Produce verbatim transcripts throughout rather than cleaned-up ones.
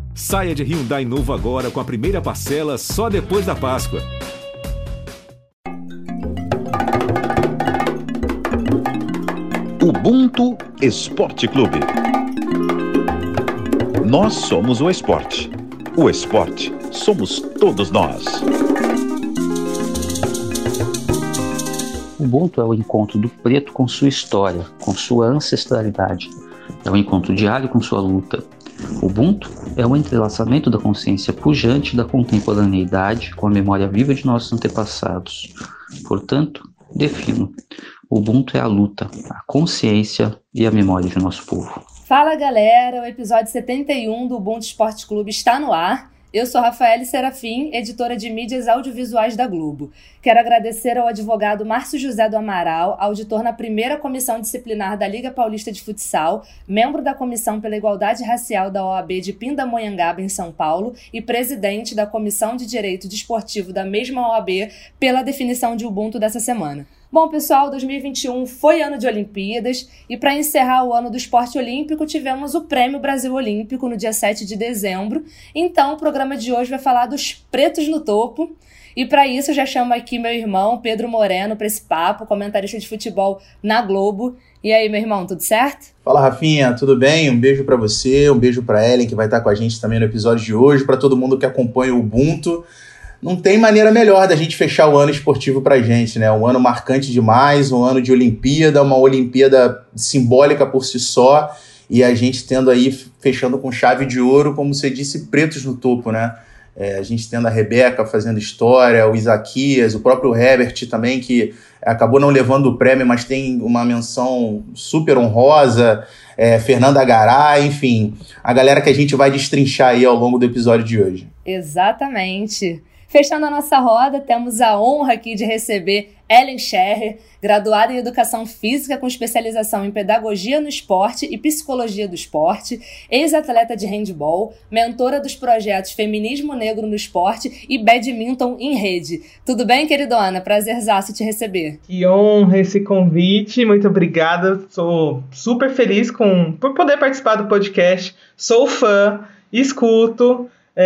Saia de Hyundai novo agora com a primeira parcela só depois da Páscoa. Ubuntu Esporte Clube. Nós somos o esporte. O esporte somos todos nós. Ubuntu é o encontro do preto com sua história, com sua ancestralidade. É o encontro diário com sua luta. Ubuntu é o entrelaçamento da consciência pujante da contemporaneidade com a memória viva de nossos antepassados. Portanto, defino: Ubuntu é a luta, a consciência e a memória de nosso povo. Fala galera, o episódio setenta e um do Ubuntu Esporte Clube está no ar. Eu sou Rafaele Serafim, editora de mídias audiovisuais da Globo. Quero agradecer ao advogado Márcio José do Amaral, auditor na primeira comissão disciplinar da Liga Paulista de Futsal, membro da Comissão pela Igualdade Racial da O A B de Pindamonhangaba, em São Paulo, e presidente da Comissão de Direito Desportivo da mesma O A B, pela definição de Ubuntu dessa semana. Bom, pessoal, dois mil e vinte e um foi ano de Olimpíadas e para encerrar o ano do esporte olímpico tivemos o Prêmio Brasil Olímpico no dia sete de dezembro. Então o programa de hoje vai falar dos pretos no topo. E para isso eu já chamo aqui meu irmão Pedro Moreno para esse papo, comentarista de futebol na Globo. E aí, meu irmão, tudo certo? Fala, Rafinha, tudo bem? Um beijo para você, um beijo para Ellen, que vai estar com a gente também no episódio de hoje, para todo mundo que acompanha o Ubuntu. Não tem maneira melhor da gente fechar o ano esportivo pra gente, né? Um ano marcante demais, um ano de Olimpíada, uma Olimpíada simbólica por si só, e a gente tendo aí, fechando com chave de ouro, como você disse, pretos no topo, né? É, a gente tendo a Rebeca fazendo história, o Isaquias, o próprio Herbert também, que acabou não levando o prêmio, mas tem uma menção super honrosa, é, Fernanda Garay, enfim, a galera que a gente vai destrinchar aí ao longo do episódio de hoje. Exatamente. Fechando a nossa roda, temos a honra aqui de receber Ellen Scherrer, graduada em Educação Física com especialização em Pedagogia no Esporte e Psicologia do Esporte, ex-atleta de handball, mentora dos projetos Feminismo Negro no Esporte e Badminton em Rede. Tudo bem, queridona? Prazerzaço te receber. Que honra esse convite, muito obrigada. Sou super feliz com, por poder participar do podcast. Sou fã, escuto...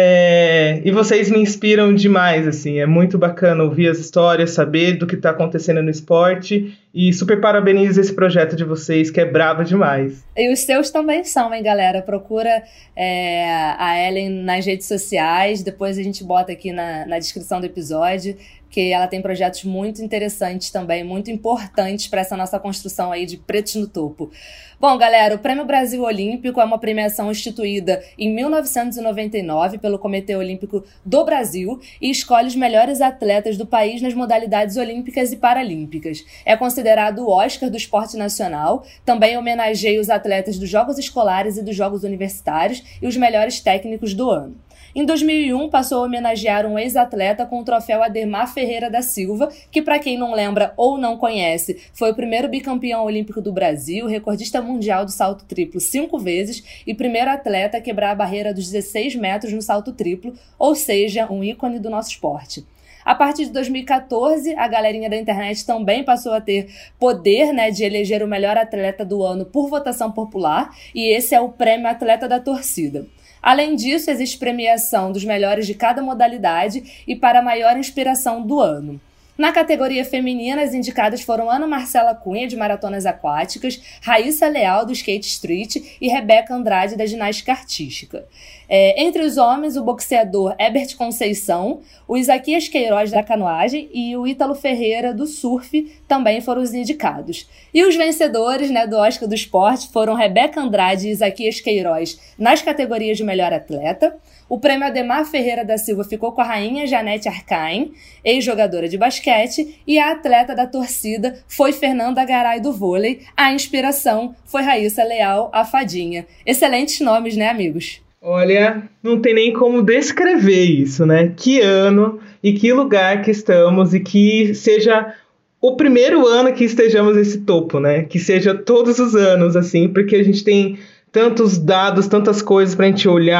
É, e vocês me inspiram demais, assim, é muito bacana ouvir as histórias, saber do que está acontecendo no esporte, e super parabenizo esse projeto de vocês, que é brabo demais. E os seus também são, hein, galera? Procura é, a Ellen nas redes sociais, depois a gente bota aqui na, na descrição do episódio, que ela tem projetos muito interessantes também, muito importantes para essa nossa construção aí de pretos no topo. Bom, galera, o Prêmio Brasil Olímpico é uma premiação instituída em mil novecentos e noventa e nove pelo Comitê Olímpico do Brasil e escolhe os melhores atletas do país nas modalidades olímpicas e paralímpicas. É considerado o Oscar do esporte nacional, também homenageia os atletas dos Jogos Escolares e dos Jogos Universitários e os melhores técnicos do ano. Em dois mil e um, passou a homenagear um ex-atleta com o troféu Ademar Ferreira da Silva, que, para quem não lembra ou não conhece, foi o primeiro bicampeão olímpico do Brasil, recordista mundial do salto triplo cinco vezes e primeiro atleta a quebrar a barreira dos dezesseis metros no salto triplo, ou seja, um ícone do nosso esporte. A partir de dois mil e catorze, a galerinha da internet também passou a ter poder, né, de eleger o melhor atleta do ano por votação popular, e esse é o Prêmio Atleta da Torcida. Além disso, existe premiação dos melhores de cada modalidade e para a maior inspiração do ano. Na categoria feminina, as indicadas foram Ana Marcela Cunha, de maratonas aquáticas, Raíssa Leal, do skate street e Rebeca Andrade, da ginástica artística. É, entre os homens, o boxeador Herbert Conceição, o Isaquias Queiroz, da canoagem, e o Ítalo Ferreira, do surf, também foram os indicados. E os vencedores, né, do Oscar do Esporte foram Rebeca Andrade e Isaquias Queiroz nas categorias de melhor atleta. O prêmio Ademar Ferreira da Silva ficou com a rainha Janete Arcaim, ex-jogadora de basquete, e a atleta da torcida foi Fernanda Garay, do vôlei. A inspiração foi Raíssa Leal, a fadinha. Excelentes nomes, né, amigos? Olha, não tem nem como descrever isso, né? Que ano e que lugar que estamos, e que seja o primeiro ano que estejamos nesse topo, né? Que seja todos os anos, assim, porque a gente tem tantos dados, tantas coisas pra gente olhar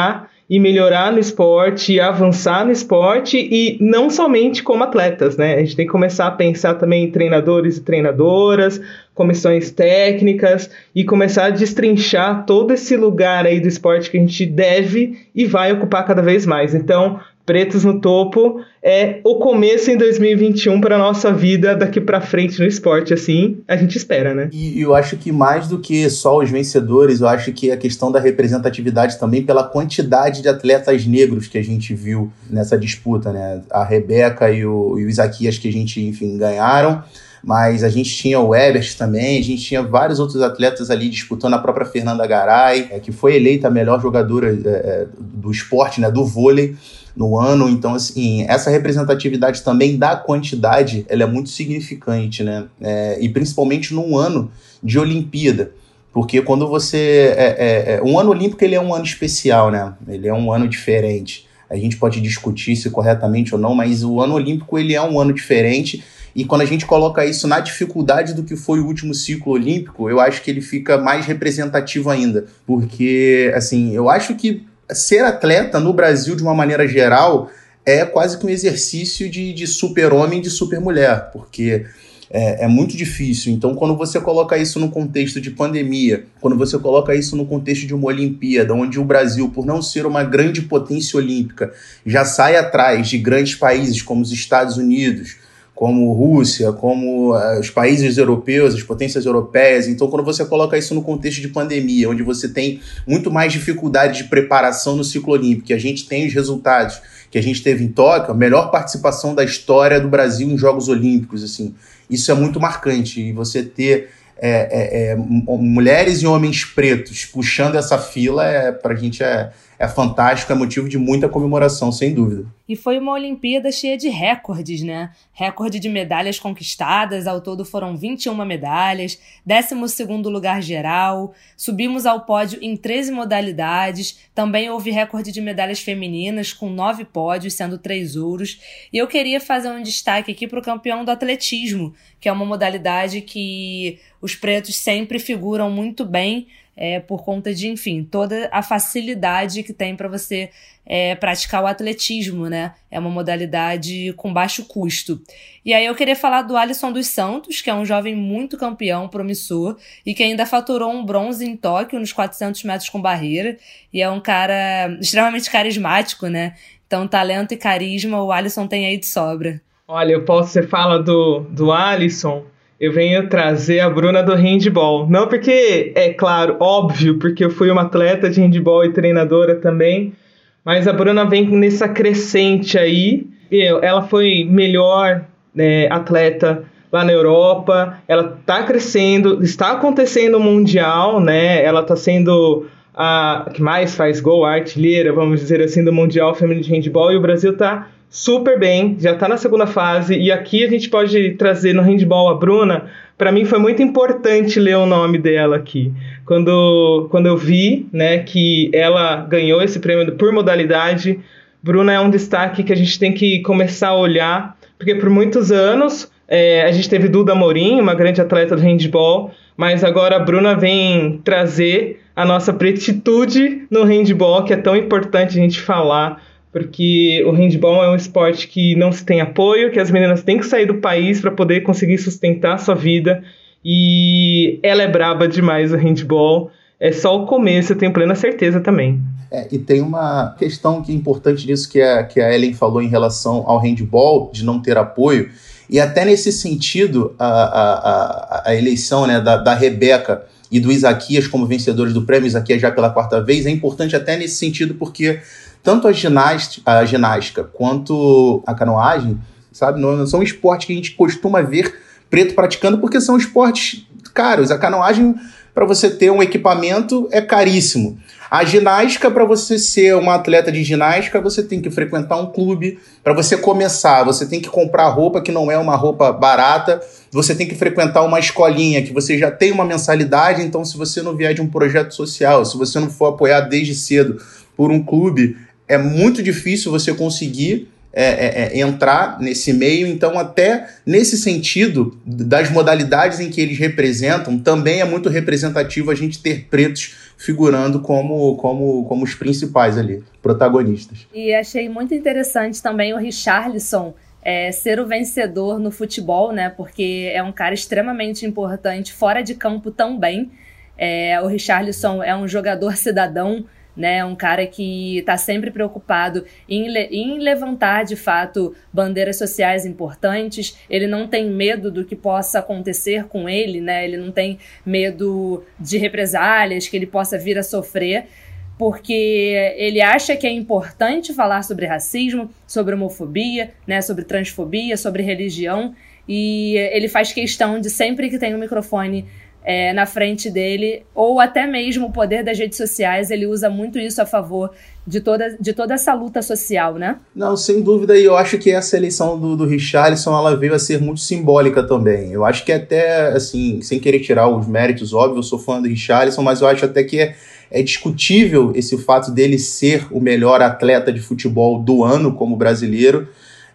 e melhorar no esporte, e avançar no esporte, e não somente como atletas, né? A gente tem que começar a pensar também em treinadores e treinadoras, comissões técnicas, e começar a destrinchar todo esse lugar aí do esporte que a gente deve e vai ocupar cada vez mais. Então, Pretos no Topo é o começo em dois mil e vinte e um para a nossa vida daqui para frente no esporte, assim, a gente espera, né? E eu acho que mais do que só os vencedores, eu acho que a questão da representatividade também pela quantidade de atletas negros que a gente viu nessa disputa, né? A Rebeca e o, e o Isaquias que a gente, enfim, ganharam, mas a gente tinha o Ebert também, a gente tinha vários outros atletas ali disputando, a própria Fernanda Garay, é, que foi eleita a melhor jogadora é, do esporte, né, do vôlei, no ano. Então, assim, essa representatividade também da quantidade, ela é muito significante, né? É, e principalmente num ano de Olimpíada, porque quando você... É, é, é, um ano olímpico, ele é um ano especial, né? Ele é um ano diferente. A gente pode discutir se corretamente ou não, mas o ano olímpico, ele é um ano diferente, e quando a gente coloca isso na dificuldade do que foi o último ciclo olímpico, eu acho que ele fica mais representativo ainda, porque, assim, eu acho que ser atleta no Brasil, de uma maneira geral, é quase que um exercício de, de super-homem e de super-mulher, porque é, é muito difícil. Então, quando você coloca isso no contexto de pandemia, quando você coloca isso no contexto de uma Olimpíada, onde o Brasil, por não ser uma grande potência olímpica, já sai atrás de grandes países como os Estados Unidos, como Rússia, como uh, os países europeus, as potências europeias. Então, quando você coloca isso no contexto de pandemia, onde você tem muito mais dificuldade de preparação no ciclo olímpico, e a gente tem os resultados que a gente teve em Tóquio, a melhor participação da história do Brasil em Jogos Olímpicos, assim, isso é muito marcante. E você ter é, é, é, mulheres e homens pretos puxando essa fila, é, pra gente é, é fantástico, é motivo de muita comemoração, sem dúvida. E foi uma Olimpíada cheia de recordes, né? Recorde de medalhas conquistadas, ao todo foram vinte e uma medalhas, décimo segundo lugar geral, subimos ao pódio em treze modalidades, também houve recorde de medalhas femininas, com nove pódios, sendo três ouros. E eu queria fazer um destaque aqui para o campeão do atletismo, que é uma modalidade que os pretos sempre figuram muito bem, É, por conta de, enfim, toda a facilidade que tem para você é, praticar o atletismo, né? É uma modalidade com baixo custo. E aí eu queria falar do Alisson dos Santos, que é um jovem muito campeão, promissor, e que ainda faturou um bronze em Tóquio nos quatrocentos metros com barreira, e é um cara extremamente carismático, né? Então, talento e carisma o Alisson tem aí de sobra. Olha, eu posso, você fala do, do Alisson... Eu venho trazer a Bruna do handball. Não porque, é claro, óbvio, porque eu fui uma atleta de handball e treinadora também, mas a Bruna vem nessa crescente aí. Ela foi melhor né, atleta lá na Europa, ela está crescendo, está acontecendo o Mundial, né? Ela está sendo a que mais faz gol, a artilheira, vamos dizer assim, do Mundial Feminino de Handball, e o Brasil está super bem, já está na segunda fase, e aqui a gente pode trazer no handball a Bruna. Para mim foi muito importante ler o nome dela aqui. Quando, quando eu vi né, que ela ganhou esse prêmio por modalidade, Bruna é um destaque que a gente tem que começar a olhar, porque por muitos anos é, a gente teve Duda Morim, uma grande atleta do handball, mas agora a Bruna vem trazer a nossa pretitude no handball, que é tão importante a gente falar, porque o handball é um esporte que não se tem apoio, que as meninas têm que sair do país para poder conseguir sustentar a sua vida, e ela é braba demais o handball. É só o começo, eu tenho plena certeza também. É, e tem uma questão que é importante disso que a, que a Ellen falou em relação ao handball, de não ter apoio, e até nesse sentido, a, a, a, a eleição né, da, da Rebeca e do Isaquias como vencedores do prêmio, Isaquias já pela quarta vez, é importante até nesse sentido, porque tanto a ginástica, a ginástica quanto a canoagem, sabe, não são esportes que a gente costuma ver preto praticando, porque são esportes caros. A canoagem, para você ter um equipamento, é caríssimo. A ginástica, para você ser uma atleta de ginástica, você tem que frequentar um clube. Para você começar, você tem que comprar roupa que não é uma roupa barata. Você tem que frequentar uma escolinha que você já tem uma mensalidade. Então, se você não vier de um projeto social, se você não for apoiado desde cedo por um clube, é muito difícil você conseguir é, é, é, entrar nesse meio. Então, até nesse sentido, das modalidades em que eles representam, também é muito representativo a gente ter pretos figurando como, como, como os principais ali, protagonistas. E achei muito interessante também o Richarlison é, ser o vencedor no futebol, né? Porque é um cara extremamente importante fora de campo também. É, o Richarlison é um jogador cidadão, né, um cara que está sempre preocupado em, le- em levantar, de fato, bandeiras sociais importantes. Ele não tem medo do que possa acontecer com ele, né? Ele não tem medo de represálias que ele possa vir a sofrer, porque ele acha que é importante falar sobre racismo, sobre homofobia, né, sobre transfobia, sobre religião, e ele faz questão de, sempre que tem um microfone É, na frente dele, ou até mesmo o poder das redes sociais, ele usa muito isso a favor de toda, de toda essa luta social, né? Não, sem dúvida, e eu acho que essa eleição do, do Richarlison, ela veio a ser muito simbólica também. Eu acho que até, assim, sem querer tirar os méritos, óbvio, eu sou fã do Richarlison, mas eu acho até que é, é discutível esse fato dele ser o melhor atleta de futebol do ano como brasileiro.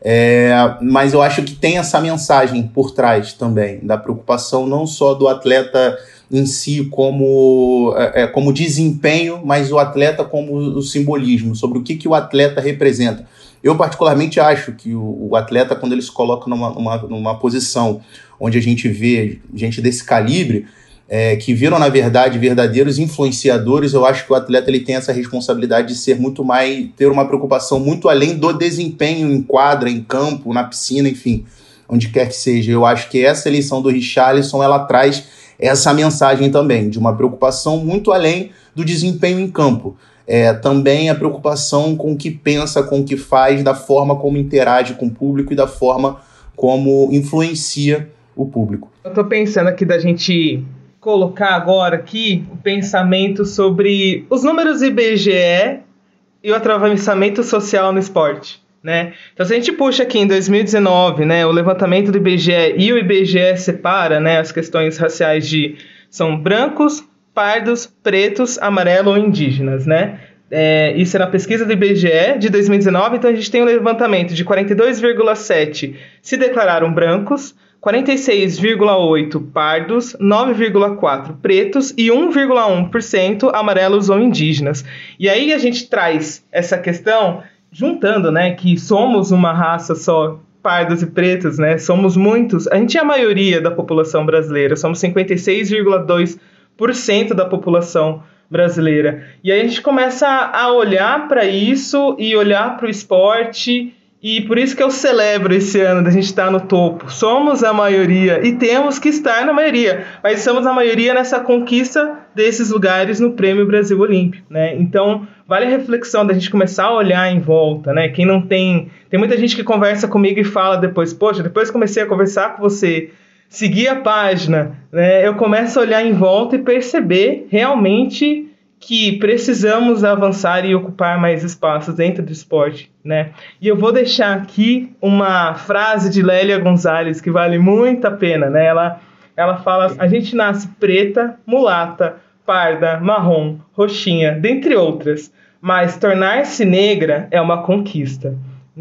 É, mas eu acho que tem essa mensagem por trás também, da preocupação não só do atleta em si como, é, como desempenho, mas o atleta como o simbolismo, sobre o que, que o atleta representa. Eu particularmente acho que o, o atleta, quando ele se coloca numa, numa, numa posição onde a gente vê gente desse calibre, É, que viram, na verdade, verdadeiros influenciadores, eu acho que o atleta ele tem essa responsabilidade de ser muito mais, ter uma preocupação muito além do desempenho em quadra, em campo, na piscina, enfim, onde quer que seja. Eu acho que essa eleição do Richarlison, ela traz essa mensagem também, de uma preocupação muito além do desempenho em campo. É, também a preocupação com o que pensa, com o que faz, da forma como interage com o público e da forma como influencia o público. Eu tô pensando aqui da gente colocar agora aqui o pensamento sobre os números I B G E e o atravessamento social no esporte, né? Então, se a gente puxa aqui em dois mil e dezenove, né, o levantamento do I B G E, e o I B G E separa, né, as questões raciais de são brancos, pardos, pretos, amarelo ou indígenas, né? É, isso é na pesquisa do I B G E de dois mil e dezenove, então a gente tem um levantamento de quarenta e dois vírgula sete por cento se declararam brancos, quarenta e seis vírgula oito por cento pardos, nove vírgula quatro por cento pretos e um vírgula um por cento amarelos ou indígenas. E aí a gente traz essa questão juntando, né, que somos uma raça só, pardos e pretos, né, somos muitos. A gente é a maioria da população brasileira, somos cinquenta e seis vírgula dois por cento da população brasileira. E aí a gente começa a olhar para isso e olhar para o esporte. E por isso que eu celebro esse ano da gente estar no topo. Somos a maioria e temos que estar na maioria, mas somos a maioria nessa conquista desses lugares no Prêmio Brasil Olímpico, né? Então, vale a reflexão da gente começar a olhar em volta, né? Quem não tem... Tem muita gente que conversa comigo e fala depois, poxa, depois que comecei a conversar com você, seguir a página, né? Eu começo a olhar em volta e perceber realmente que precisamos avançar e ocupar mais espaços dentro do esporte, né? E eu vou deixar aqui uma frase de Lélia Gonzalez que vale muito a pena, né? Ela, ela fala, a gente nasce preta, mulata, parda, marrom, roxinha, dentre outras, mas tornar-se negra é uma conquista.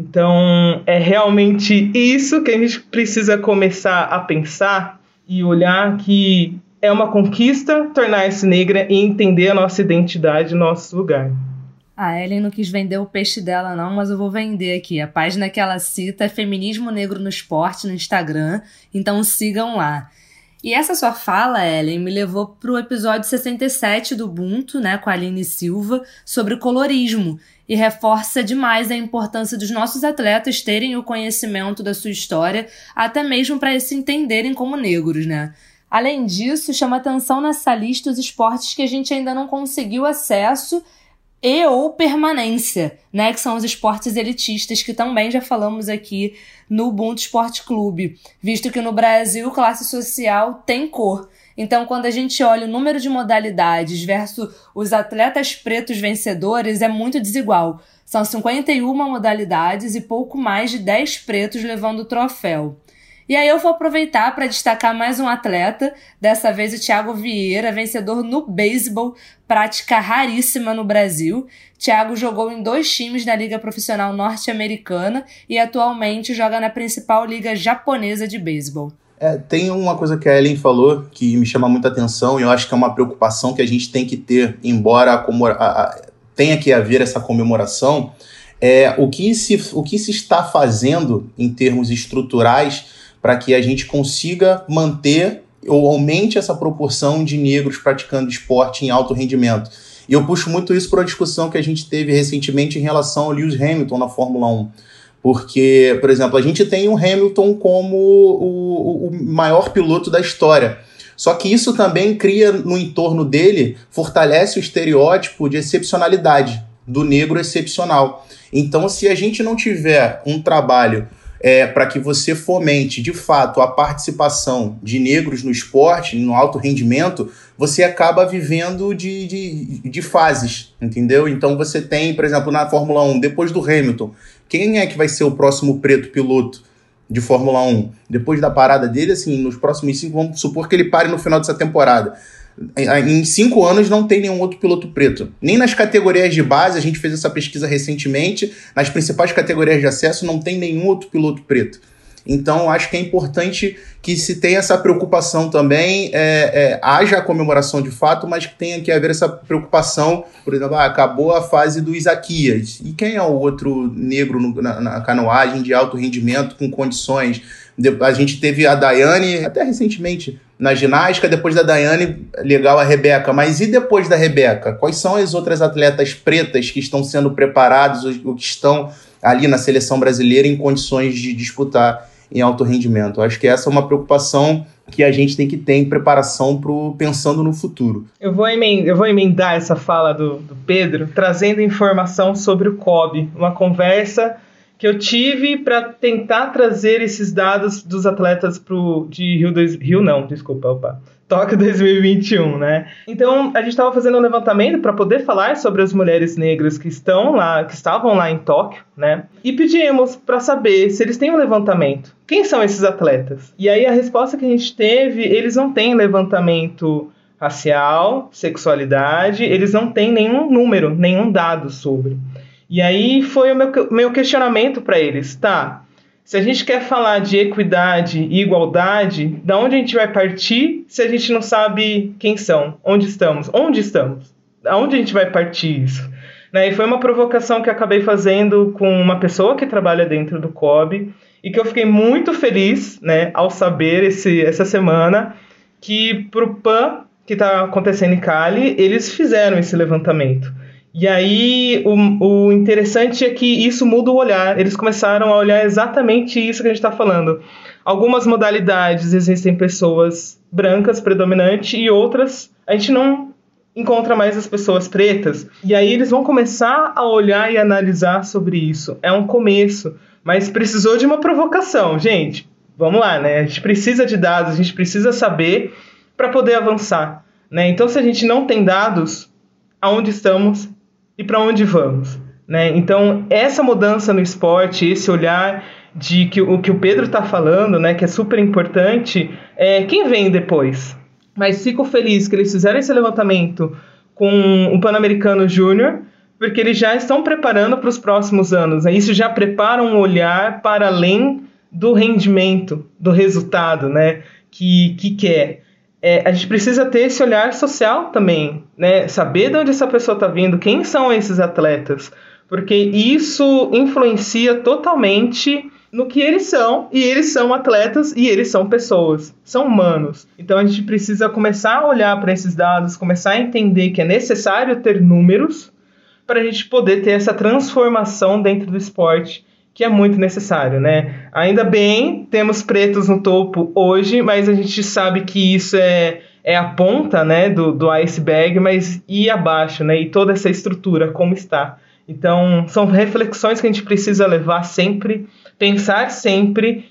Então, é realmente isso que a gente precisa começar a pensar e olhar que é uma conquista tornar-se negra e entender a nossa identidade, nosso lugar. A Ellen não quis vender o peixe dela não, mas eu vou vender aqui. A página que ela cita é Feminismo Negro no Esporte no Instagram, então sigam lá. E essa sua fala, Ellen, me levou para o episódio sessenta e sete do Ubuntu, né, com a Aline Silva, sobre colorismo, e reforça demais a importância dos nossos atletas terem o conhecimento da sua história, até mesmo para se entenderem como negros, né? Além disso, chama atenção nessa lista os esportes que a gente ainda não conseguiu acesso e ou permanência, né? Que são os esportes elitistas, que também já falamos aqui no Ubuntu Esporte Clube, visto que no Brasil classe social tem cor. Então, quando a gente olha o número de modalidades versus os atletas pretos vencedores, é muito desigual. São cinquenta e uma modalidades e pouco mais de dez pretos levando o troféu. E aí eu vou aproveitar para destacar mais um atleta, dessa vez o Thiago Vieira, vencedor no beisebol, prática raríssima no Brasil. Thiago jogou em dois times da Liga Profissional Norte-Americana e atualmente joga na principal liga japonesa de beisebol. É, tem uma coisa que a Ellen falou que me chama muita atenção e eu acho que é uma preocupação que a gente tem que ter, embora a, a, tenha que haver essa comemoração, é o que se, o que se está fazendo em termos estruturais para que a gente consiga manter ou aumente essa proporção de negros praticando esporte em alto rendimento. E eu puxo muito isso para a discussão que a gente teve recentemente em relação ao Lewis Hamilton na Fórmula um. Porque, por exemplo, a gente tem o Hamilton como o, o maior piloto da história. Só que isso também cria no entorno dele, fortalece o estereótipo de excepcionalidade, do negro excepcional. Então, se a gente não tiver um trabalho é, para que você fomente, de fato, a participação de negros no esporte, no alto rendimento, você acaba vivendo de, de, de fases, entendeu? Então, você tem, por exemplo, na Fórmula um, depois do Hamilton, quem é que vai ser o próximo preto piloto de Fórmula um? Depois da parada dele, assim, nos próximos cinco, vamos supor que ele pare no final dessa temporada. Em cinco anos não tem nenhum outro piloto preto. Nem nas categorias de base, a gente fez essa pesquisa recentemente, nas principais categorias de acesso não tem nenhum outro piloto preto. Então, acho que é importante que se tenha essa preocupação também, é, é, haja a comemoração de fato, mas que tenha que haver essa preocupação. Por exemplo, ah, acabou a fase do Isaquias. E quem é o outro negro no, na, na canoagem de alto rendimento, com condições? A gente teve a Daiane, até recentemente, na ginástica. Depois da Daiane, legal, a Rebeca. Mas e depois da Rebeca? Quais são as outras atletas pretas que estão sendo preparadas ou que estão ali na seleção brasileira em condições de disputar em alto rendimento? Acho que essa é uma preocupação que a gente tem que ter em preparação pro, pensando no futuro. Eu vou emendar, eu vou emendar essa fala do, do Pedro, trazendo informação sobre o C O B, uma conversa que eu tive para tentar trazer esses dados dos atletas pro, de Rio, dois, Rio não, desculpa, opa, Tóquio dois mil e vinte e um, né? Então, a gente estava fazendo um levantamento para poder falar sobre as mulheres negras que estão lá, que estavam lá em Tóquio, né? E pedimos para saber se eles têm um levantamento. Quem são esses atletas? E aí a resposta que a gente teve, eles não têm levantamento racial, sexualidade, eles não têm nenhum número, nenhum dado sobre. E aí foi o meu, meu questionamento para eles, tá? Se a gente quer falar de equidade e igualdade, da onde a gente vai partir se a gente não sabe quem são, onde estamos, onde estamos, aonde a gente vai partir isso? Né? E foi uma provocação que eu acabei fazendo com uma pessoa que trabalha dentro do C O B e que eu fiquei muito feliz, né, ao saber esse, essa semana que para o P A N, que está acontecendo em Cali, eles fizeram esse levantamento. E aí, o, o interessante é que isso muda o olhar. Eles começaram a olhar exatamente isso que a gente está falando. Algumas modalidades existem pessoas brancas, predominantes, e outras a gente não encontra mais as pessoas pretas. E aí eles vão começar a olhar e analisar sobre isso. É um começo, mas precisou de uma provocação. Gente, vamos lá, né? A gente precisa de dados, a gente precisa saber para poder avançar, né? Então, se a gente não tem dados, aonde estamos e para onde vamos, né? Então, essa mudança no esporte, esse olhar de que o que o Pedro está falando, né, que é super importante, é quem vem depois. Mas fico feliz que eles fizeram esse levantamento com o Pan-Americano Júnior, porque eles já estão preparando para os próximos anos, né? Isso já prepara um olhar para além do rendimento, do resultado, né, que, que quer. É, a gente precisa ter esse olhar social também, né? Saber de onde essa pessoa está vindo, quem são esses atletas, porque isso influencia totalmente no que eles são, e eles são atletas e eles são pessoas, são humanos. Então a gente precisa começar a olhar para esses dados, começar a entender que é necessário ter números para a gente poder ter essa transformação dentro do esporte, que é muito necessário, né? Ainda bem, temos pretos no topo hoje, mas a gente sabe que isso é, é a ponta, né, do, do iceberg, mas e abaixo, né? E toda essa estrutura, como está. Então, são reflexões que a gente precisa levar sempre, pensar sempre,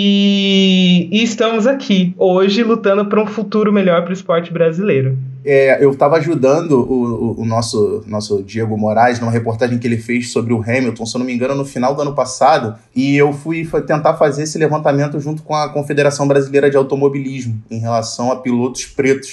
e, e estamos aqui, hoje, lutando por um futuro melhor para o esporte brasileiro. É, eu estava ajudando o, o, o nosso, nosso Diego Moraes numa reportagem que ele fez sobre o Hamilton, se eu não me engano, no final do ano passado, e eu fui tentar fazer esse levantamento junto com a Confederação Brasileira de Automobilismo em relação a pilotos pretos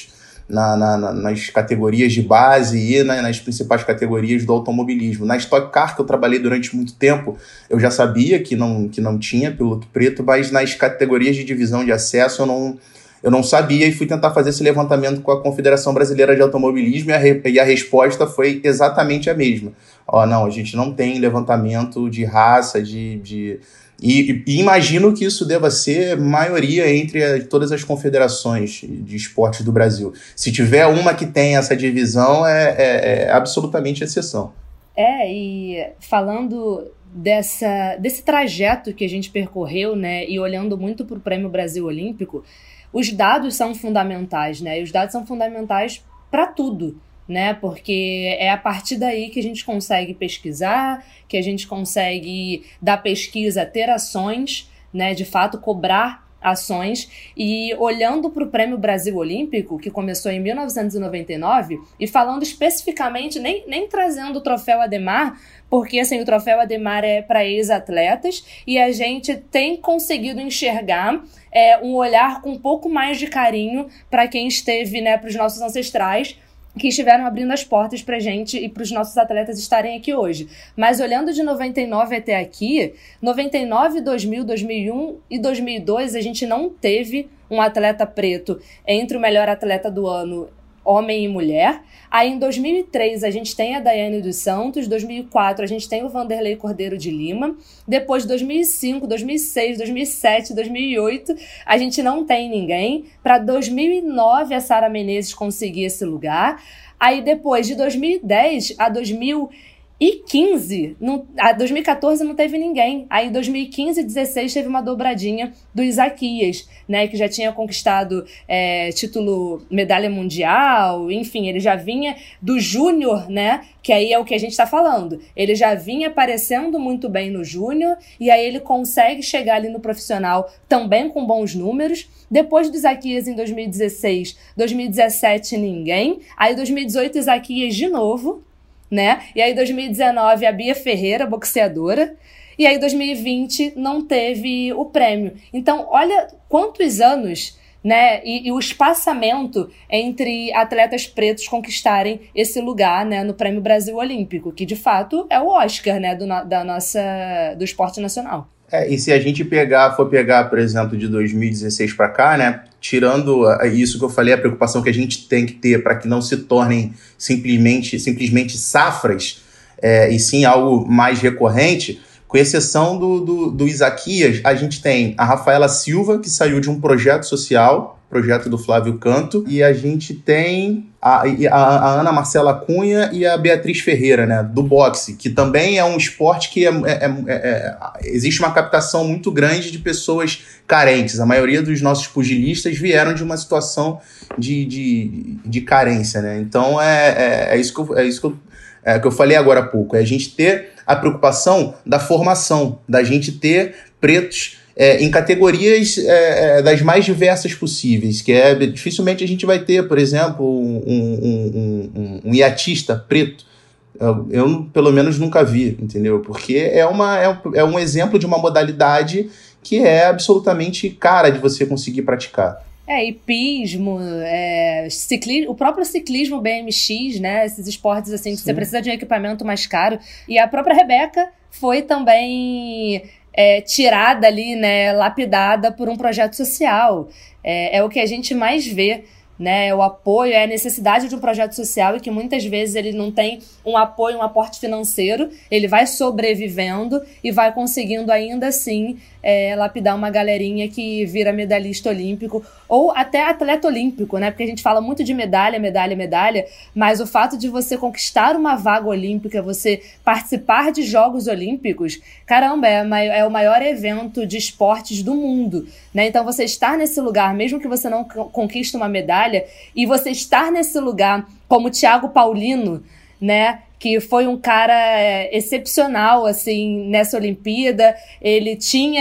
na, na, nas categorias de base e na, nas principais categorias do automobilismo. Na Stock Car, que eu trabalhei durante muito tempo, eu já sabia que não, que não tinha piloto preto, mas nas categorias de divisão de acesso eu não, eu não sabia e fui tentar fazer esse levantamento com a Confederação Brasileira de Automobilismo e a, re, e a resposta foi exatamente a mesma. Ó, não, a gente não tem levantamento de raça, de... de E, e imagino que isso deva ser maioria entre a, todas as confederações de esportes do Brasil. Se tiver uma que tem essa divisão, é, é, é absolutamente exceção. É, e falando dessa, desse trajeto que a gente percorreu, né, e olhando muito para o Prêmio Brasil Olímpico, os dados são fundamentais, né? E os dados são fundamentais para tudo, né? Porque é a partir daí que a gente consegue pesquisar, que a gente consegue, da pesquisa, ter ações, né? De fato, cobrar ações. E olhando para o Prêmio Brasil Olímpico, que começou em mil novecentos e noventa e nove, e falando especificamente, nem, nem trazendo o troféu Ademar, porque assim, o troféu Ademar é para ex-atletas, e a gente tem conseguido enxergar é, um olhar com um pouco mais de carinho para quem esteve, né, para os nossos ancestrais, que estiveram abrindo as portas pra gente e pros nossos atletas estarem aqui hoje. Mas olhando de noventa e nove até aqui, noventa e nove, dois mil, dois mil e um e dois mil e dois, a gente não teve um atleta preto entre o melhor atleta do ano, homem e mulher. Aí em dois mil e três a gente tem a Daiane dos Santos, dois mil e quatro a gente tem o Vanderlei Cordeiro de Lima, depois dois mil e cinco, dois mil e seis, dois mil e sete, dois mil e oito a gente não tem ninguém. Para dois mil e nove a Sara Menezes conseguir esse lugar. Aí depois de dois mil e dez a dois mil e quinze, não, a dois mil e quatorze não teve ninguém. Aí em dois mil e quinze e dezesseis teve uma dobradinha do Isaquias, né, que já tinha conquistado é, título, medalha mundial, enfim, ele já vinha do júnior, né, que aí é o que a gente está falando. Ele já vinha aparecendo muito bem no júnior e aí ele consegue chegar ali no profissional também com bons números. Depois do Isaquias em dois mil e dezesseis, dois mil e dezessete ninguém. Aí dois mil e dezoito Isaquias de novo, né? E aí dois mil e dezenove a Bia Ferreira, boxeadora, e aí dois mil e vinte não teve o prêmio. Então, olha quantos anos, né? E, e o espaçamento entre atletas pretos conquistarem esse lugar, né, no Prêmio Brasil Olímpico, que de fato é o Oscar, né, do, da nossa, do esporte nacional. É, e se a gente pegar, for pegar, por exemplo, de dois mil e dezesseis para cá, né, tirando isso que eu falei, a preocupação que a gente tem que ter para que não se tornem simplesmente, simplesmente safras, é, e sim algo mais recorrente, com exceção do, do, do Isaquias, a gente tem a Rafaela Silva, que saiu de um projeto social, projeto do Flávio Canto, e a gente tem a, a, a Ana Marcela Cunha e a Beatriz Ferreira, né, do boxe, que também é um esporte que é, é, é, é, existe uma captação muito grande de pessoas carentes. A maioria dos nossos pugilistas vieram de uma situação de, de, de carência, né? Então é, é, é isso, que eu, é isso que, eu, é, que eu falei agora há pouco, é a gente ter a preocupação da formação, da gente ter pretos É, em categorias é, das mais diversas possíveis, que é, dificilmente a gente vai ter, por exemplo, um, um, um, um, um iatista preto. Eu, eu, pelo menos, nunca vi, entendeu? Porque é, uma, é, é um exemplo de uma modalidade que é absolutamente cara de você conseguir praticar. É, hipismo, é, ciclismo, o próprio ciclismo B M X, né? Esses esportes assim que Sim. você precisa de um equipamento mais caro. E a própria Rebeca foi também é, tirada ali, né? Lapidada por um projeto social. É, é o que a gente mais vê, né? O apoio, é a necessidade de um projeto social e que muitas vezes ele não tem um apoio, um aporte financeiro, ele vai sobrevivendo e vai conseguindo ainda assim é, lapidar uma galerinha que vira medalhista olímpico ou até atleta olímpico, né? Porque a gente fala muito de medalha, medalha, medalha, mas o fato de você conquistar uma vaga olímpica, você participar de Jogos Olímpicos, caramba, é, ma- é o maior evento de esportes do mundo, né? Então você estar nesse lugar, mesmo que você não conquiste uma medalha, e você estar nesse lugar como o Thiago Paulino, né, que foi um cara excepcional assim nessa Olimpíada, ele tinha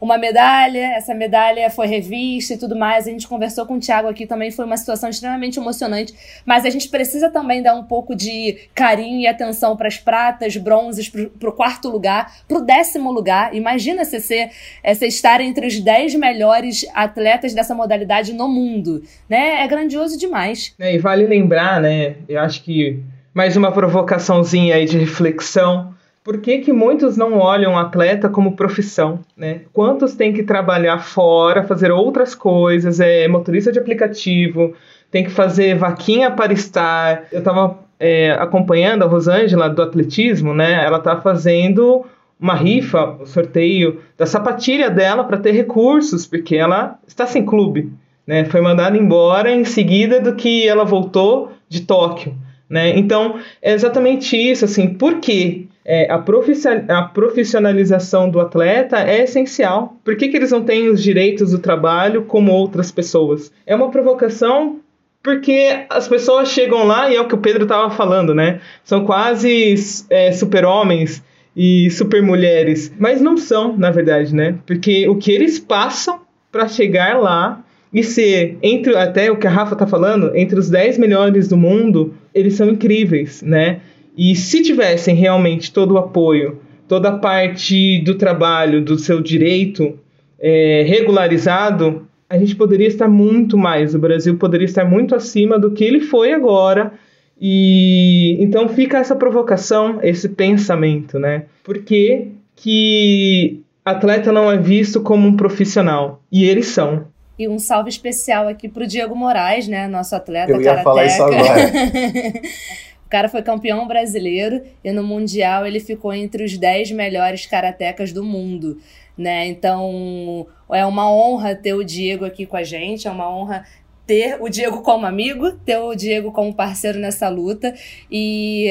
uma medalha, essa medalha foi revista e tudo mais, a gente conversou com o Thiago aqui também, foi uma situação extremamente emocionante, mas a gente precisa também dar um pouco de carinho e atenção para as pratas, bronzes, para o quarto lugar, para o décimo lugar. Imagina você, ser, é, você estar entre os dez melhores atletas dessa modalidade no mundo, né? É grandioso demais. É, e vale lembrar, né, eu acho que mais uma provocaçãozinha aí de reflexão. Por que que muitos não olham o atleta como profissão, né? Quantos têm que trabalhar fora, fazer outras coisas, é motorista de aplicativo, tem que fazer vaquinha para estar. Eu estava é, acompanhando a Rosângela do atletismo, né? Ela está fazendo uma rifa, um sorteio da sapatilha dela para ter recursos, porque ela está sem clube, né? Foi mandada embora em seguida do que ela voltou de Tóquio, né? Então, é exatamente isso, assim, por quê? É, a, a profissionalização do atleta é essencial. Por que que eles não têm os direitos do trabalho como outras pessoas? É uma provocação porque as pessoas chegam lá, e é o que o Pedro estava falando, né? São quase é, super-homens e super-mulheres. Mas não são, na verdade, né? Porque o que eles passam para chegar lá e ser, entre, até o que a Rafa está falando, entre os dez melhores do mundo, eles são incríveis, né? E se tivessem realmente todo o apoio, toda a parte do trabalho, do seu direito é, regularizado, a gente poderia estar muito mais, o Brasil poderia estar muito acima do que ele foi agora. E então fica essa provocação, esse pensamento, né? Por que que atleta não é visto como um profissional? E eles são. E um salve especial aqui pro Diego Moraes, né? Nosso atleta Eu ia karateca. falar isso agora. O cara foi campeão brasileiro e no Mundial ele ficou entre os dez melhores karatecas do mundo, né? Então é uma honra ter o Diego aqui com a gente, é uma honra ter o Diego como amigo, ter o Diego como parceiro nessa luta. E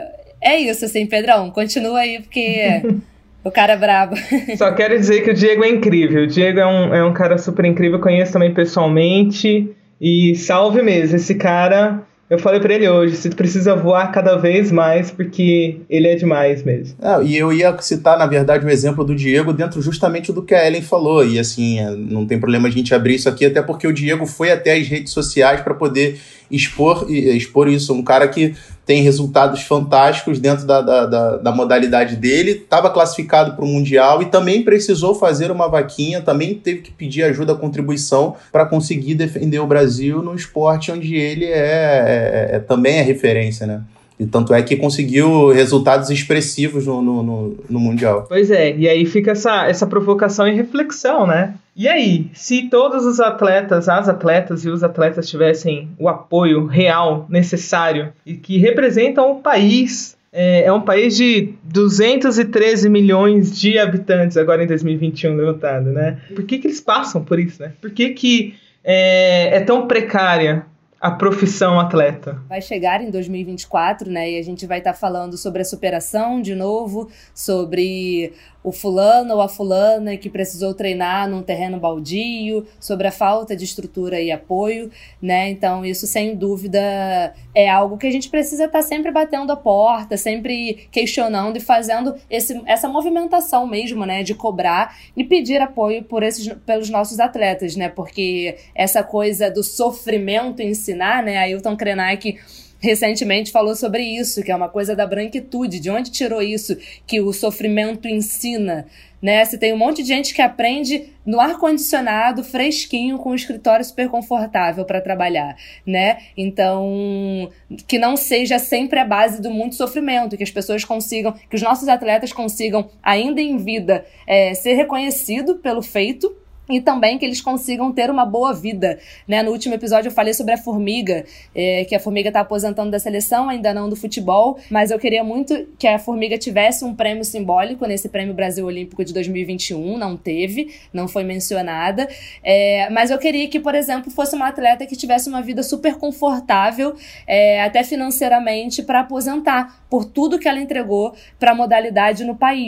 é isso, assim, Pedrão, continua aí, porque o cara é brabo. Só quero dizer que o Diego é incrível, o Diego é um, é um cara super incrível, eu conheço também pessoalmente, e salve mesmo, esse cara... Eu falei pra ele hoje, você precisa voar cada vez mais, porque ele é demais mesmo. É, e eu ia citar, na verdade, o exemplo do Diego dentro justamente do que a Ellen falou. E assim, não tem problema a gente abrir isso aqui, até porque o Diego foi até as redes sociais para poder expor, expor isso. Um cara que tem resultados fantásticos dentro da, da, da, da modalidade dele, estava classificado para o Mundial e também precisou fazer uma vaquinha, também teve que pedir ajuda, contribuição para conseguir defender o Brasil no esporte onde ele é, é, é também é referência, né? E tanto é que conseguiu resultados expressivos no, no, no, no Mundial. Pois é, e aí fica essa, essa provocação e reflexão, né? E aí, se todos os atletas, as atletas e os atletas tivessem o apoio real, necessário, e que representam o país, é, é um país de duzentos e treze milhões de habitantes agora em dois mil e vinte e um levantado, né? Por que que eles passam por isso, né? Por que que é, é tão precária a profissão atleta? Vai chegar em dois mil e vinte e quatro, né? E a gente vai estar tá falando sobre a superação de novo, sobre o fulano ou a fulana que precisou treinar num terreno baldio, sobre a falta de estrutura e apoio, né? Então isso, sem dúvida, é algo que a gente precisa estar tá sempre batendo a porta, sempre questionando e fazendo esse, essa movimentação mesmo, né? De cobrar e pedir apoio por esses, pelos nossos atletas, né? Porque essa coisa do sofrimento ensinar, né? Ailton Krenak recentemente falou sobre isso, que é uma coisa da branquitude. De onde tirou isso? Que o sofrimento ensina, né? Você tem um monte de gente que aprende no ar-condicionado, fresquinho, com um escritório super confortável para trabalhar, né? Então, que não seja sempre a base do muito sofrimento, que as pessoas consigam, que os nossos atletas consigam, ainda em vida, é, ser reconhecido pelo feito, e também que eles consigam ter uma boa vida, né? No último episódio eu falei sobre a Formiga, é, que a Formiga está aposentando da seleção, ainda não do futebol, mas eu queria muito que a Formiga tivesse um prêmio simbólico nesse Prêmio Brasil Olímpico de dois mil e vinte e um, não teve, não foi mencionada, é, mas eu queria que, por exemplo, fosse uma atleta que tivesse uma vida super confortável, é, até financeiramente, para aposentar, por tudo que ela entregou para a modalidade no país.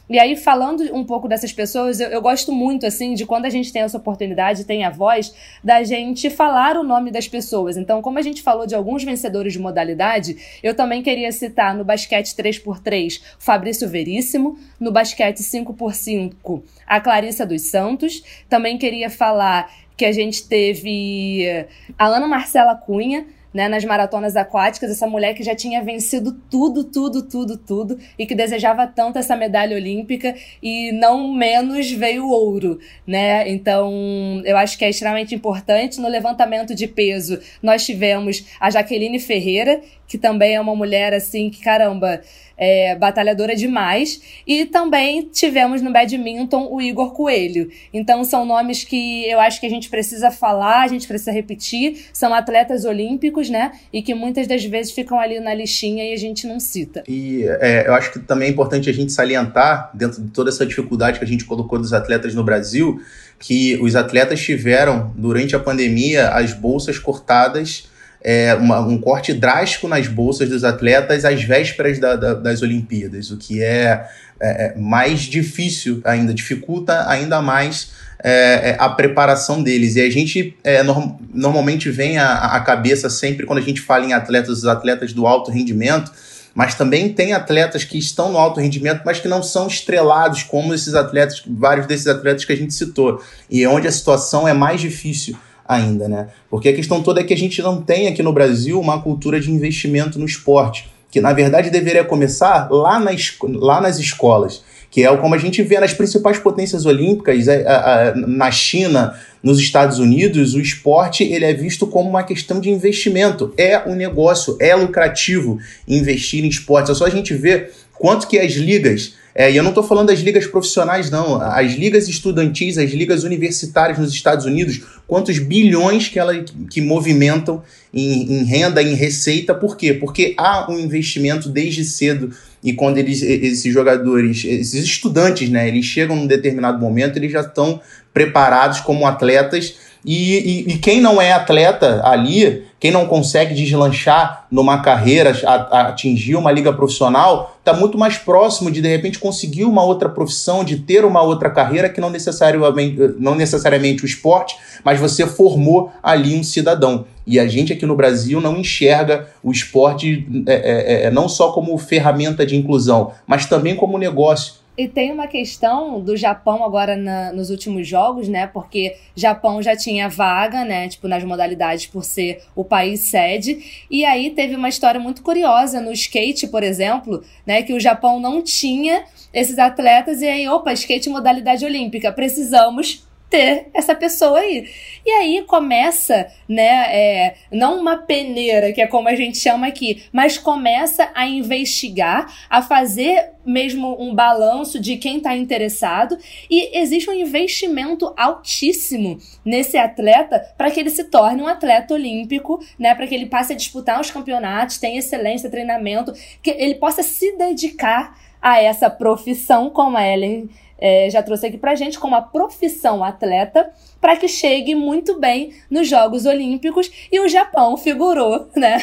E aí, falando um pouco dessas pessoas, eu, eu gosto muito, assim, de quando a gente tem essa oportunidade, tem a voz, da gente falar o nome das pessoas. Então, como a gente falou de alguns vencedores de modalidade, eu também queria citar no basquete três por três, o Fabrício Veríssimo, no basquete cinco por cinco, a Clarissa dos Santos. Também queria falar que a gente teve a Ana Marcela Cunha, né, nas maratonas aquáticas, essa mulher que já tinha vencido tudo, tudo, tudo, tudo, e que desejava tanto essa medalha olímpica, e não menos veio o ouro, né? Então, eu acho que é extremamente importante. No levantamento de peso, nós tivemos a Jaqueline Ferreira, que também é uma mulher, assim, que, caramba, é batalhadora demais. E também tivemos no badminton o Igor Coelho. Então, são nomes que eu acho que a gente precisa falar, a gente precisa repetir. São atletas olímpicos, né? E que muitas das vezes ficam ali na listinha e a gente não cita. E é, eu acho que também é importante a gente salientar, dentro de toda essa dificuldade que a gente colocou dos atletas no Brasil, que os atletas tiveram, durante a pandemia, as bolsas cortadas, É, uma, um corte drástico nas bolsas dos atletas às vésperas da, da, das Olimpíadas, o que é, é mais difícil ainda, dificulta ainda mais é, a preparação deles. E a gente é, norm, normalmente vem à, à cabeça sempre, quando a gente fala em atletas, os atletas do alto rendimento, mas também tem atletas que estão no alto rendimento, mas que não são estrelados como esses atletas, vários desses atletas que a gente citou, e é onde a situação é mais difícil ainda, né? Porque a questão toda é que a gente não tem aqui no Brasil uma cultura de investimento no esporte, que na verdade deveria começar lá, na esco- lá nas escolas, que é como a gente vê nas principais potências olímpicas, a, a, a, na China, nos Estados Unidos, o esporte ele é visto como uma questão de investimento, é um negócio, é lucrativo investir em esporte. É só a gente ver quanto que as ligas, É, e eu não estou falando das ligas profissionais, não. As ligas estudantis, as ligas universitárias nos Estados Unidos, quantos bilhões que elas que movimentam em, em renda, em receita. Por quê? Porque há um investimento desde cedo, e quando eles, esses jogadores, esses estudantes, né, eles chegam num determinado momento, eles já estão preparados como atletas. E, e, e quem não é atleta ali, quem não consegue deslanchar numa carreira, a, a atingir uma liga profissional, está muito mais próximo de, de repente, conseguir uma outra profissão, de ter uma outra carreira que não necessariamente, não necessariamente o esporte, mas você formou ali um cidadão. E a gente aqui no Brasil não enxerga o esporte é, é, é, não só como ferramenta de inclusão, mas também como negócio. E tem uma questão do Japão agora na, nos últimos jogos, né? Porque Japão já tinha vaga, né? Tipo, nas modalidades por ser o país sede. E aí teve uma história muito curiosa no skate, por exemplo, né? Que o Japão não tinha esses atletas e aí, opa, skate modalidade olímpica, precisamos ter essa pessoa aí. E aí começa, né, é, não uma peneira, que é como a gente chama aqui, mas começa a investigar, a fazer mesmo um balanço de quem está interessado, e existe um investimento altíssimo nesse atleta para que ele se torne um atleta olímpico, né, para que ele passe a disputar os campeonatos, tenha excelência, treinamento, que ele possa se dedicar a essa profissão, como a Ellen É, já trouxe aqui pra gente, como a profissão atleta, para que chegue muito bem nos Jogos Olímpicos. E o Japão figurou, né,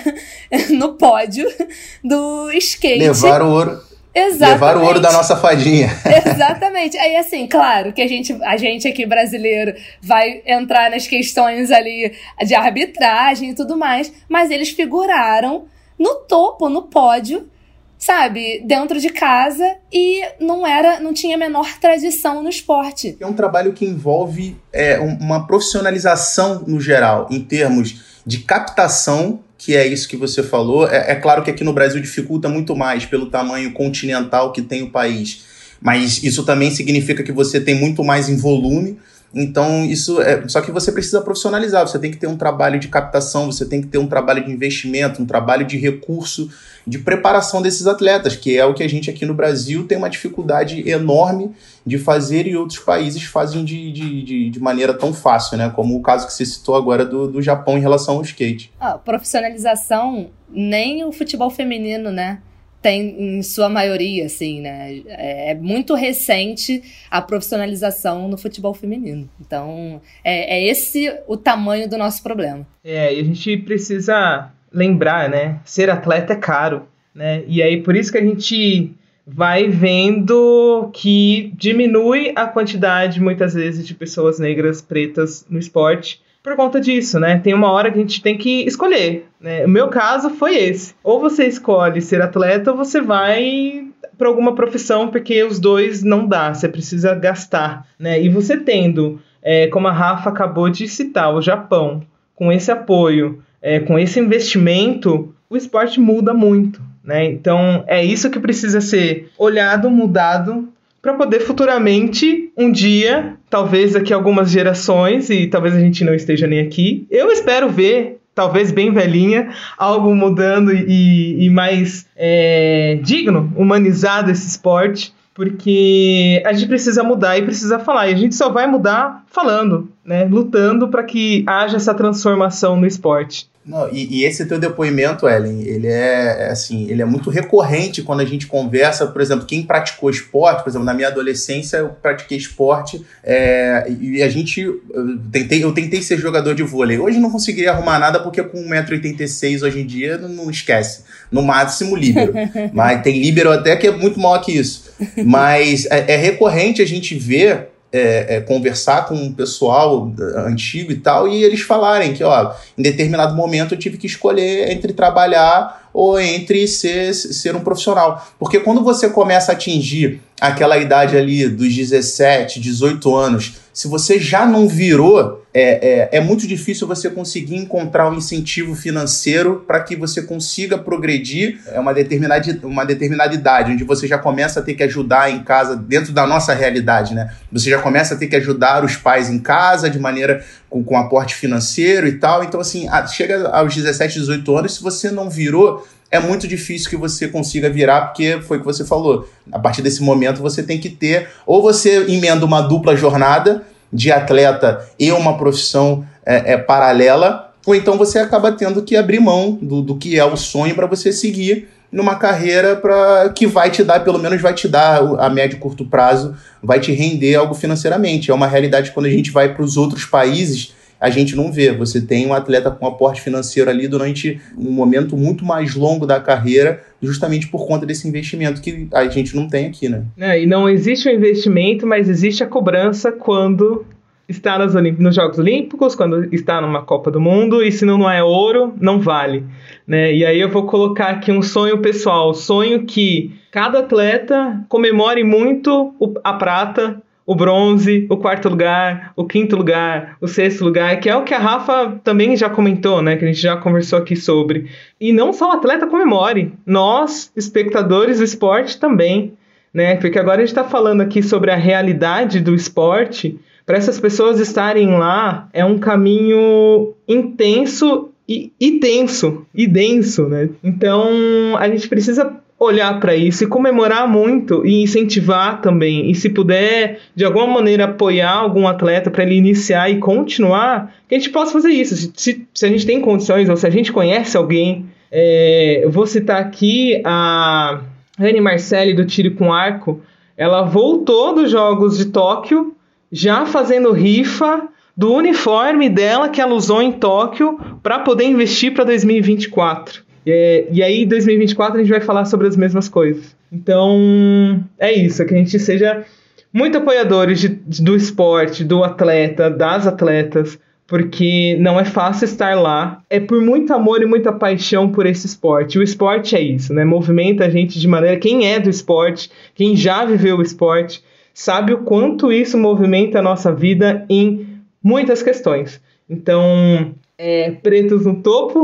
no pódio do skate. Levar o ouro. Exatamente. Levar o ouro da nossa fadinha. Exatamente. Aí, assim, claro que a gente, a gente aqui brasileiro vai entrar nas questões ali de arbitragem e tudo mais, mas eles figuraram no topo, no pódio, sabe, dentro de casa, e não era, não tinha a menor tradição no esporte. É um trabalho que envolve é, uma profissionalização no geral, em termos de captação, que é isso que você falou. É, é claro que aqui no Brasil dificulta muito mais pelo tamanho continental que tem o país, mas isso também significa que você tem muito mais em volume. Então, isso é. Só que você precisa profissionalizar, você tem que ter um trabalho de captação, você tem que ter um trabalho de investimento, um trabalho de recurso, de preparação desses atletas, que é o que a gente aqui no Brasil tem uma dificuldade enorme de fazer e outros países fazem de, de, de, de maneira tão fácil, né? Como o caso que você citou agora do, do Japão em relação ao skate. Ah, profissionalização, nem o futebol feminino, né? Tem em sua maioria, assim, né? É muito recente a profissionalização no futebol feminino. Então, é, é esse o tamanho do nosso problema. É, e a gente precisa lembrar, né? Ser atleta é caro, né? E aí, por isso que a gente vai vendo que diminui a quantidade, muitas vezes, de pessoas negras, pretas no esporte por conta disso, né? Tem uma hora que a gente tem que escolher, né? O meu caso foi esse. Ou você escolhe ser atleta ou você vai para alguma profissão, porque os dois não dá, você precisa gastar, né? E você tendo, é, como a Rafa acabou de citar, o Japão, com esse apoio, é, com esse investimento, o esporte muda muito, né? Então, é isso que precisa ser olhado, mudado, para poder futuramente, um dia, talvez daqui a algumas gerações, e talvez a gente não esteja nem aqui, eu espero ver, talvez bem velhinha, algo mudando e, e mais é, digno, humanizado esse esporte, porque a gente precisa mudar e precisa falar, e a gente só vai mudar falando, né? Lutando para que haja essa transformação no esporte. Não, e, e esse teu depoimento, Ellen, ele é, assim, ele é muito recorrente quando a gente conversa, por exemplo, quem praticou esporte, por exemplo, na minha adolescência eu pratiquei esporte, é, e a gente, eu tentei, eu tentei ser jogador de vôlei, hoje não conseguiria arrumar nada porque com um metro e oitenta e seis hoje em dia não, não esquece, no máximo líbero, mas tem líbero até que é muito maior que isso, mas é, é recorrente a gente ver É, é, conversar com um pessoal antigo e tal, e eles falarem que, ó, em determinado momento eu tive que escolher entre trabalhar ou entre ser, ser um profissional. Porque quando você começa a atingir aquela idade ali dos dezessete, dezoito anos, se você já não virou, é, é, é muito difícil você conseguir encontrar um incentivo financeiro para que você consiga progredir é uma determinada, uma determinada idade, onde você já começa a ter que ajudar em casa, dentro da nossa realidade, né? Você já começa a ter que ajudar os pais em casa de maneira com, com aporte financeiro e tal. Então, assim, chega aos dezessete, dezoito anos, se você não virou, é muito difícil que você consiga virar, porque foi o que você falou. A partir desse momento você tem que ter, ou você emenda uma dupla jornada de atleta e uma profissão é, é, paralela, ou então você acaba tendo que abrir mão do, do que é o sonho para você seguir numa carreira pra, que vai te dar, pelo menos vai te dar a médio e curto prazo, vai te render algo financeiramente. É uma realidade quando a gente vai para os outros países, a gente não vê. Você tem um atleta com aporte financeiro ali durante um momento muito mais longo da carreira, justamente por conta desse investimento que a gente não tem aqui, né? É, e não existe o investimento, mas existe a cobrança quando está nos, Olimp... nos Jogos Olímpicos, quando está numa Copa do Mundo, e se não é ouro, não vale, né? E aí eu vou colocar aqui um sonho pessoal, sonho que cada atleta comemore muito a prata, o bronze, o quarto lugar, o quinto lugar, o sexto lugar, que é o que a Rafa também já comentou, né? Que a gente já conversou aqui sobre. E não só o atleta comemore, nós, espectadores do esporte, também, né? Porque agora a gente está falando aqui sobre a realidade do esporte. Para essas pessoas estarem lá, é um caminho intenso e, e tenso, e denso, né? Então, a gente precisa olhar para isso e comemorar muito e incentivar também. E se puder, de alguma maneira, apoiar algum atleta para ele iniciar e continuar, que a gente possa fazer isso. Se, se, se a gente tem condições ou se a gente conhece alguém, é, eu vou citar aqui a Rani Marcelli do tiro com arco. Ela voltou dos Jogos de Tóquio já fazendo rifa do uniforme dela que ela usou em Tóquio para poder investir para dois mil e vinte e quatro. É, e aí, em dois mil e vinte e quatro, a gente vai falar sobre as mesmas coisas. Então, é isso, que a gente seja muito apoiadores de, de, do esporte, do atleta, das atletas, porque não é fácil estar lá. É por muito amor e muita paixão por esse esporte. O esporte é isso, né? Movimenta a gente de maneira... Quem é do esporte, quem já viveu o esporte, sabe o quanto isso movimenta a nossa vida em muitas questões. Então... É, pretos no topo,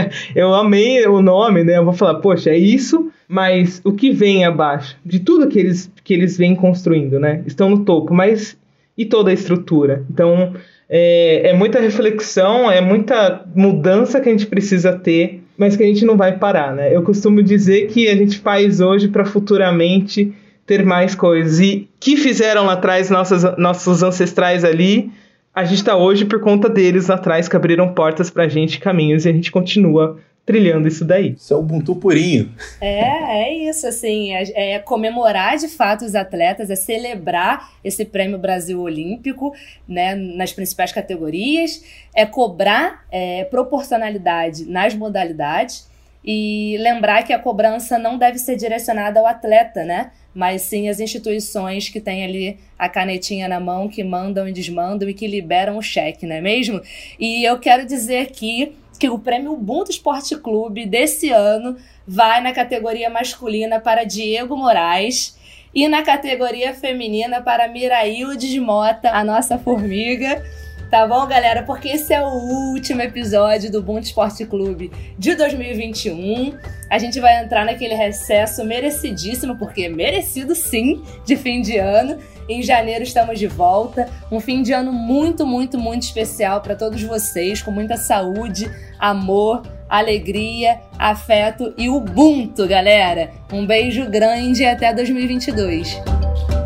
eu amei o nome, né? Eu vou falar, poxa, é isso, mas o que vem abaixo? De tudo que eles, que eles vêm construindo, né? Estão no topo, mas e toda a estrutura? Então, é, é muita reflexão, é muita mudança que a gente precisa ter, mas que a gente não vai parar, né? Eu costumo dizer que a gente faz hoje para futuramente ter mais coisas. E que fizeram lá atrás nossas, nossos ancestrais ali, a gente está hoje por conta deles lá atrás, que abriram portas pra gente, caminhos, e a gente continua trilhando isso daí. Isso é o Ubuntu purinho. É, é isso, assim, é, é comemorar de fato os atletas, é celebrar esse Prêmio Brasil Olímpico, né, nas principais categorias, é cobrar é, proporcionalidade nas modalidades, e lembrar que a cobrança não deve ser direcionada ao atleta, né? Mas sim às instituições que têm ali a canetinha na mão, que mandam e desmandam e que liberam o cheque, não é mesmo? E eu quero dizer aqui que o prêmio Ubuntu Esporte Clube desse ano vai na categoria masculina para Diego Moraes e na categoria feminina para Miraildes Mota, a nossa formiga. Tá bom, galera? Porque esse é o último episódio do Ubuntu Esporte Clube de dois mil e vinte e um. A gente vai entrar naquele recesso merecidíssimo, porque é merecido sim, de fim de ano. Em janeiro estamos de volta. Um fim de ano muito, muito, muito especial para todos vocês, com muita saúde, amor, alegria, afeto e Ubuntu, galera. Um beijo grande e até dois mil e vinte e dois.